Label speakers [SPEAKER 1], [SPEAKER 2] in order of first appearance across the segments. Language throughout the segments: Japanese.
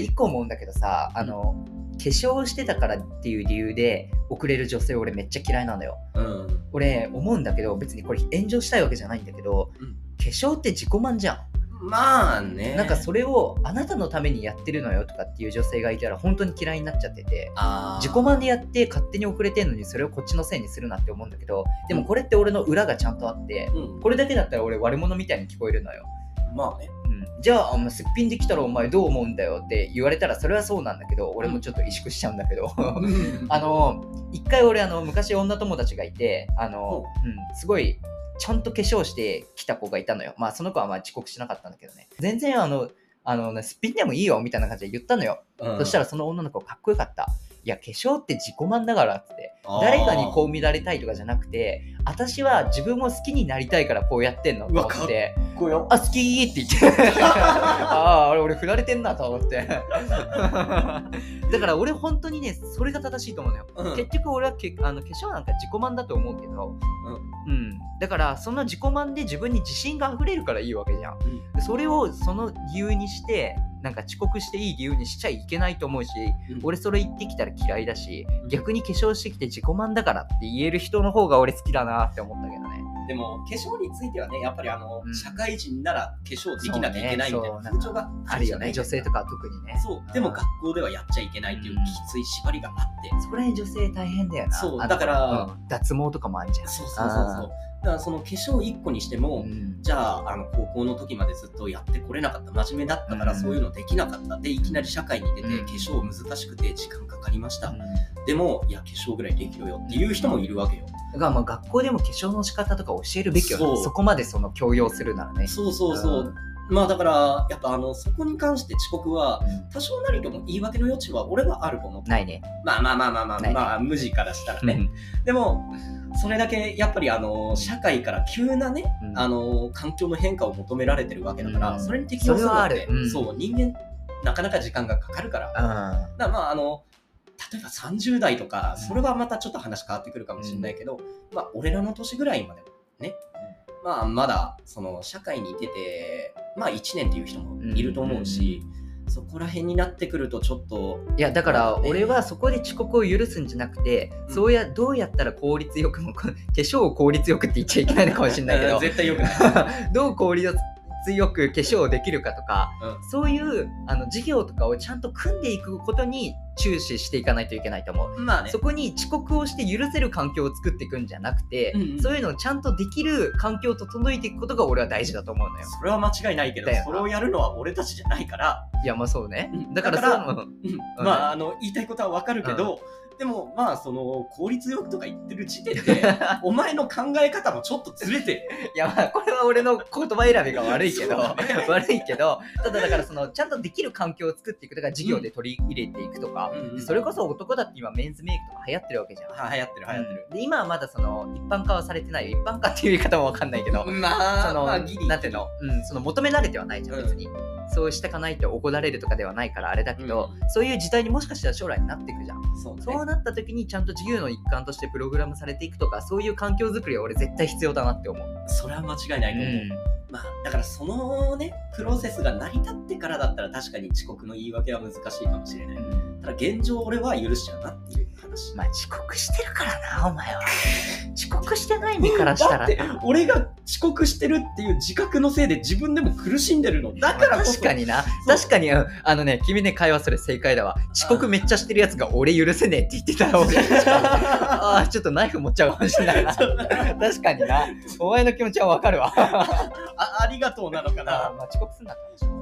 [SPEAKER 1] 一個思うんだけどさ、化粧してたからっていう理由で遅れる女性俺めっちゃ嫌いなのよ。俺思うんだけど、別にこれ炎上したいわけじゃないんだけど、化粧って自己満じゃん。
[SPEAKER 2] まあね。
[SPEAKER 1] なんかそれをあなたのためにやってるのよとかっていう女性がいたら本当に嫌いになっちゃってて、自己満でやって勝手に遅れてんのにそれをこっちのせいにするなって思うんだけど、でもこれって俺の裏がちゃんとあって、これだけだったら俺悪者みたいに聞こえるのよ。
[SPEAKER 2] まあね。
[SPEAKER 1] じゃあすっぴんできたらお前どう思うんだよって言われたらそれはそうなんだけど、俺もちょっと萎縮しちゃうんだけど一回俺昔女友達がいてすごいちゃんと化粧してきた子がいたのよ。まあその子はまあ遅刻しなかったんだけどね、全然すっぴんでもいいよみたいな感じで言ったのよ。そしたらその女の子かっこよかった。いや化粧って自己満だからって、誰かにこう見られたいとかじゃなくて、私は自分も好きになりたいからこうやってんのと思って、好きって言って俺振られてんなと思ってだから俺本当にねそれが正しいと思うのよ。結局俺は化粧なんか自己満だと思うけど、だからその自己満で自分に自信が溢れるからいいわけじゃん。それをその理由にしてなんか遅刻していい理由にしちゃいけないと思うし、俺それ言ってきたら嫌いだし、逆に化粧してきて自己満だからって言える人の方が俺好きだなって思ったけどね。
[SPEAKER 2] でも化粧についてはね、やっぱり社会人なら化粧できなきゃいけないみたいな風潮が
[SPEAKER 1] あるよね。女性とかは特にね。
[SPEAKER 2] そうでも学校ではやっちゃいけないっていうきつい縛りがあって、
[SPEAKER 1] そこら辺女性大変だよな。
[SPEAKER 2] そうだから、
[SPEAKER 1] 脱毛とかもあるじゃん。
[SPEAKER 2] そうだからその化粧1個にしても、じゃあ高校の時までずっとやってこれなかった、真面目だったからそういうのできなかったで、いきなり社会に出て化粧難しくて時間かかりました、でもいや化粧ぐらいできるよっていう人もいるわけよ。
[SPEAKER 1] だからまあ学校でも化粧の仕方とか教えるべきよね。そこまでその強要するならね。
[SPEAKER 2] まあだからやっぱそこに関して遅刻は多少なりとも言い訳の余地は俺はあると思って
[SPEAKER 1] ないね。
[SPEAKER 2] まあ無地からしたらね、でもそれだけやっぱり社会から急なね、環境の変化を求められてるわけだから、それに適応するのって、そう人間なかなか時間がかかるから、だからまあ例えば30代とかそれはまたちょっと話変わってくるかもしれないけど、まあ俺らの年ぐらいまでね、まあまだその社会に出てまあ1年っていう人もいると思うし、そこら辺になってくるとちょっと、
[SPEAKER 1] いやだから俺はそこで遅刻を許すんじゃなくて、どうやったら効率よくも化粧を効率よくって言っちゃいけないのかもしれないけど
[SPEAKER 2] 絶対よくない
[SPEAKER 1] どう効率よく化粧できるかとか、そういう事業とかをちゃんと組んでいくことに注視していかないといけないと思う。まあね、そこに遅刻をして許せる環境を作っていくんじゃなくて、そういうのをちゃんとできる環境を整えていくことが俺は大事だと思うのよ。
[SPEAKER 2] それは間違いないけど、それをやるのは俺たちじゃないから。
[SPEAKER 1] いやまあそうね。だから
[SPEAKER 2] まあ言いたいことはわかるけど、でもまあその効率よくとか言ってる時点でお前の考え方もちょっとずれて
[SPEAKER 1] いやまあこれは俺の言葉選びが悪いけど悪いけど、ただだからそのちゃんとできる環境を作っていくとか、授業で取り入れていくとか、それこそ男だって今メンズメイクとか流行ってるわけじゃん。
[SPEAKER 2] 流行ってる
[SPEAKER 1] で今はまだその一般化はされてないよ。一般化っていう言い方もわかんないけど、なんていうの、その求められてはないじゃん別に。そうしてかないと怒られるとかではないからあれだけど、そういう時代にもしかしたら将来になっていくじゃん。そうなった時にちゃんと授業の一環としてプログラムされていくとか、そういう環境づくりは俺絶対必要だなって思う。
[SPEAKER 2] それは間違いないと思う。まあだからそのねプロセスが成り立ってからだったら確かに遅刻の言い訳は難しいかもしれない。ただ現状俺は許しちゃうなっていう話。
[SPEAKER 1] まあ遅刻してるからなお前は。遅刻してない身からしたら。
[SPEAKER 2] だって俺が遅刻してるっていう自覚のせいで自分でも苦しんでるの。だからこそ。
[SPEAKER 1] 確かにな。確かに君ね会話それ正解だわ。遅刻めっちゃしてるやつが俺許せねえって言ってたら俺ちょっとナイフ持っちゃうかもしれないな。確かにな。お前の気持ちはわかるわ。
[SPEAKER 2] ありがとうなのかな。
[SPEAKER 1] まあ、遅刻すんなって話。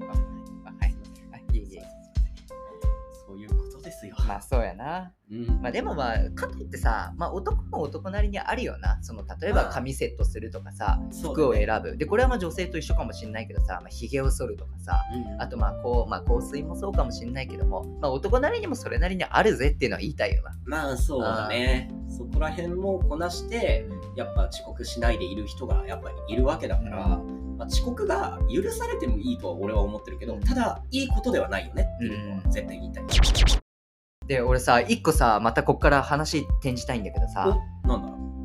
[SPEAKER 2] そういうことですよ。
[SPEAKER 1] まあそうやな。まあでもまあかといってさ、まあ男も男なりにあるよな。その例えば髪セットするとかさ、服を選ぶ。でこれはまあ女性と一緒かもしれないけどさ、まあ、髭を剃るとかさ、あとまあ香水もそうかもしれないけども、まあ男なりにもそれなりにあるぜっていうのは言いたいよな。
[SPEAKER 2] まあそうだね。そこら辺もこなしてやっぱ遅刻しないでいる人がやっぱりいるわけだから、まあ、遅刻が許されてもいいとは俺は思ってるけど、ただいいことではないよねっていうのは絶対言いたい。
[SPEAKER 1] で俺さ一個さまたこっから話転じたいんだけどさ、
[SPEAKER 2] なんだ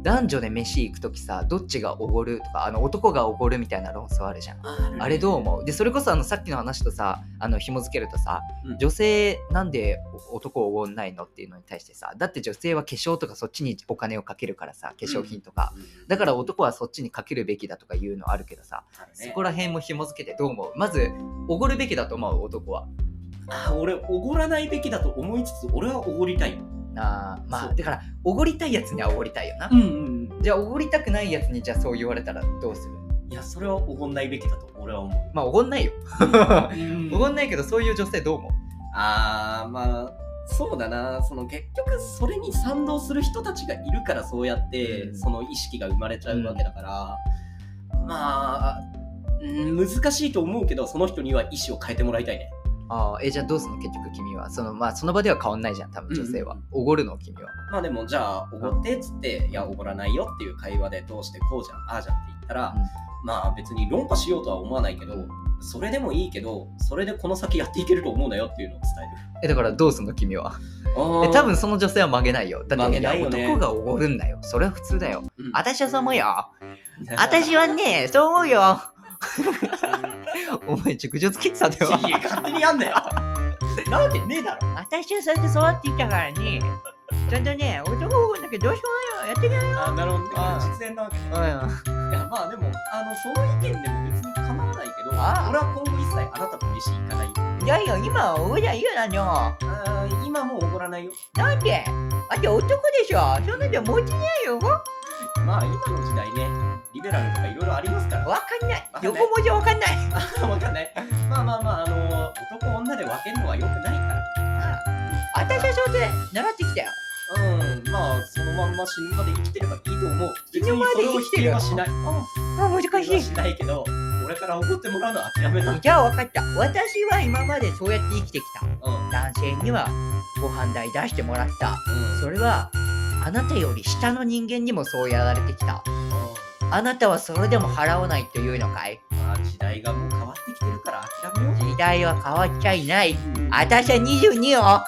[SPEAKER 1] 男女で飯行くときさ、どっちがおごるとか、男がおごるみたいな論争あるじゃん。あれどう思う？で、それこそさっきの話とさ、紐付けるとさ、女性なんで男をおごんないのっていうのに対してさ、だって女性は化粧とかそっちにお金をかけるからさ、化粧品とか。だから男はそっちにかけるべきだとかいうのあるけどさ、そこら辺も紐付けてどう思う？まず、おごるべきだと思う？男は。
[SPEAKER 2] 俺、おごらないべきだと思いつつ、俺はおごりたい。
[SPEAKER 1] まあだからおごりたいやつにはおごりたいよな。じゃあおごりたくないやつにじゃあそう言われたらどうする？
[SPEAKER 2] いや、それはおごんないべきだと俺は思う。
[SPEAKER 1] まあおごんないよ。おごんないけど、そういう女性どう思う？
[SPEAKER 2] まあそうだな、結局それに賛同する人たちがいるから、そうやってその意識が生まれちゃうわけだから、まあ難しいと思うけど、その人には意思を変えてもらいたいね。
[SPEAKER 1] じゃあどうするの？結局君はその場では変わんないじゃん、多分女性は。おごるの？君は。
[SPEAKER 2] まあでもじゃあおごってっつって、いやおごらないよっていう会話で、どうしてこうじゃんああじゃんって言ったら、まあ別に論破しようとは思わないけど、それでもいいけど、それでこの先やっていけると思うなよっていうのを伝える。
[SPEAKER 1] だからどうするの君は？多分その女性は曲げないよ。だって男がおごるんだよ。それは普通だよ。私はそう思うよ。私はね、そう思うよ。お前熟女つけてたんだよ。
[SPEAKER 2] いや、勝手にやんなよ。なわけねえだろ。
[SPEAKER 1] 私はそうやって育っていたからね。ちゃんとね、男をおごんだけどどうしようもないよ。やっていけないよ。
[SPEAKER 2] なるほどね。実演なわけね。いや、まあでも、その意見でも別に構わないけど、俺は今後一切あなたと飯行かない。
[SPEAKER 1] いやいや、今はおごりゃいいよなの。
[SPEAKER 2] 今もうおごらないよ。
[SPEAKER 1] なんで？あって男でしょ。そんなんじゃ持ちないよ。
[SPEAKER 2] まあ今の時代ね、リベラルとかいろいろありますから。
[SPEAKER 1] わかんない。横文字わかんない。
[SPEAKER 2] わかんない。まあ、男女で分けるのは良くないから。
[SPEAKER 1] 私はそうで習ってきたよ。
[SPEAKER 2] まあそのまんま死ぬまで生きてればいいと思う。
[SPEAKER 1] 死ぬまで生きてる
[SPEAKER 2] はしない。
[SPEAKER 1] 難しい。
[SPEAKER 2] しないけど、俺から怒ってもらうのは諦めない。
[SPEAKER 1] じゃあ分かった。私は今までそうやって生きてきた。男性にはご飯代出してもらった。それはあなたより下の人間にもそうやられてきた。あなたはそれでも払わないというのかい？
[SPEAKER 2] まあ時代がもう変わってきてるから諦めよう。
[SPEAKER 1] 時代は変わっちゃいない。私は22よ。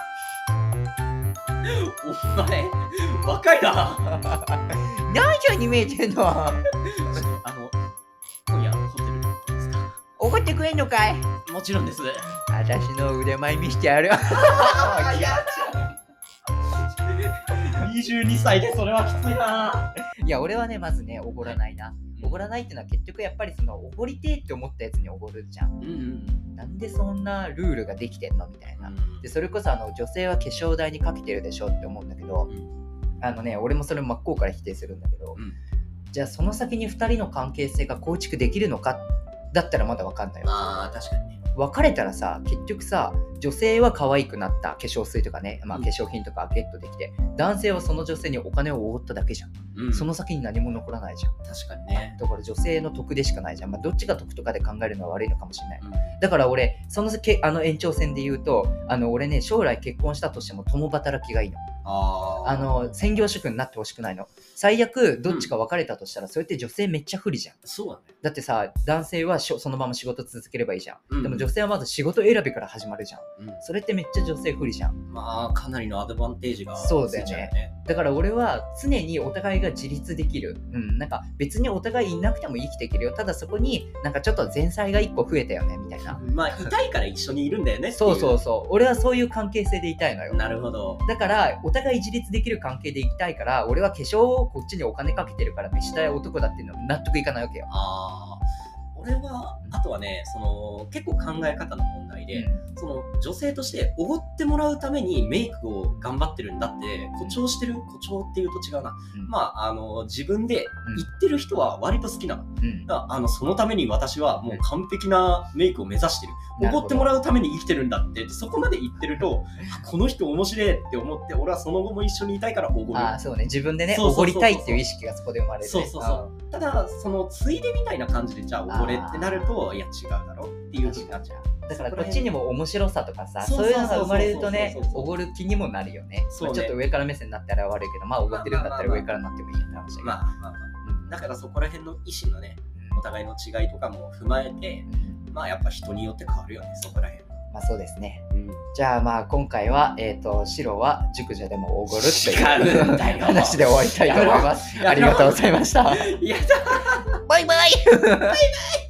[SPEAKER 2] お前若いな。
[SPEAKER 1] 何歳に見えてんの？
[SPEAKER 2] 今夜ホテルですか？
[SPEAKER 1] 怒ってくれんのかい？
[SPEAKER 2] もちろんです。
[SPEAKER 1] 私の腕前見してやる。
[SPEAKER 2] 22歳でそれはきついな。
[SPEAKER 1] いや俺はね、まずね、おごらないな。おごらないってのは結局やっぱりそのおごりてえって思ったやつにおごるじゃん。なんでそんなルールができてんのみたいな。でそれこそ女性は化粧代にかけてるでしょって思うんだけど、俺もそれ真っ向から否定するんだけど、じゃあその先に2人の関係性が構築できるのかだったらまだ分かんないよ。
[SPEAKER 2] 確かにね。
[SPEAKER 1] 別れたらさ、結局さ、女性は可愛くなった化粧水とかね、化粧品とかゲットできて、男性はその女性にお金をおごっただけじゃん。その先に何も残らないじゃん。
[SPEAKER 2] 確かにね。
[SPEAKER 1] だから女性の得でしかないじゃん。どっちが得とかで考えるのは悪いのかもしれない。だから俺、その延長線で言うと、俺ね、将来結婚したとしても共働きがいいの。専業主婦になってほしくないの。最悪どっちか別れたとしたら、それって女性めっちゃ不利じゃん。
[SPEAKER 2] そうだね。
[SPEAKER 1] だってさ、男性はそのまま仕事続ければいいじゃん。でも女性はまず仕事選びから始まるじゃん。それってめっちゃ女性不利じゃん。
[SPEAKER 2] まあかなりのアドバンテージが
[SPEAKER 1] そうだよね。だから俺は常にお互いが自立できる。なんか別にお互いいなくても生きていけるよ。ただそこになんかちょっと前菜が1個増えたよねみたいな。
[SPEAKER 2] まあ痛いから一緒にいるんだよね。
[SPEAKER 1] そう。俺はそういう関係性でいたいのよ。
[SPEAKER 2] なるほど。
[SPEAKER 1] だからお互い自立できる関係でいきたいから、俺は化粧をこっちにお金かけてるから飯代男だっていうのは納得いかないわけよ。
[SPEAKER 2] 俺はあとはね、結構考え方の問題で、女性としておごってもらうためにメイクを頑張ってるんだって誇張してる。誇張っていうと違うな。自分で言ってる人は割と好きなの。そのために私はもう完璧なメイクを目指してる。おごってもらうために生きてるんだって、そこまで言ってると、この人面白いって思って、俺はその後も一緒にいたいからおごる。
[SPEAKER 1] そうね。自分でね、おごりたいっていう意識がそこで生まれる。
[SPEAKER 2] ただついでみたいな感じでじゃあおごれってなると、いや違うだろっていう風になっちゃう。
[SPEAKER 1] だからこっちにも面白さとかさ、そういうのが生まれるとね、おごる気にもなるよね。ちょっと上から目線になったら悪いけど、おごってるんだったら上からなってもいいって話。だからそこら辺の意思のね、お互いの違いとかも踏まえて、やっぱ人によって変わるよね、そこら辺。 まあそうですね。じゃあまあ今回は、白は熟女でもおごるっていう話で終わりたいと思います。ありがとうございました。
[SPEAKER 2] やだ
[SPEAKER 1] バイバイバイバイ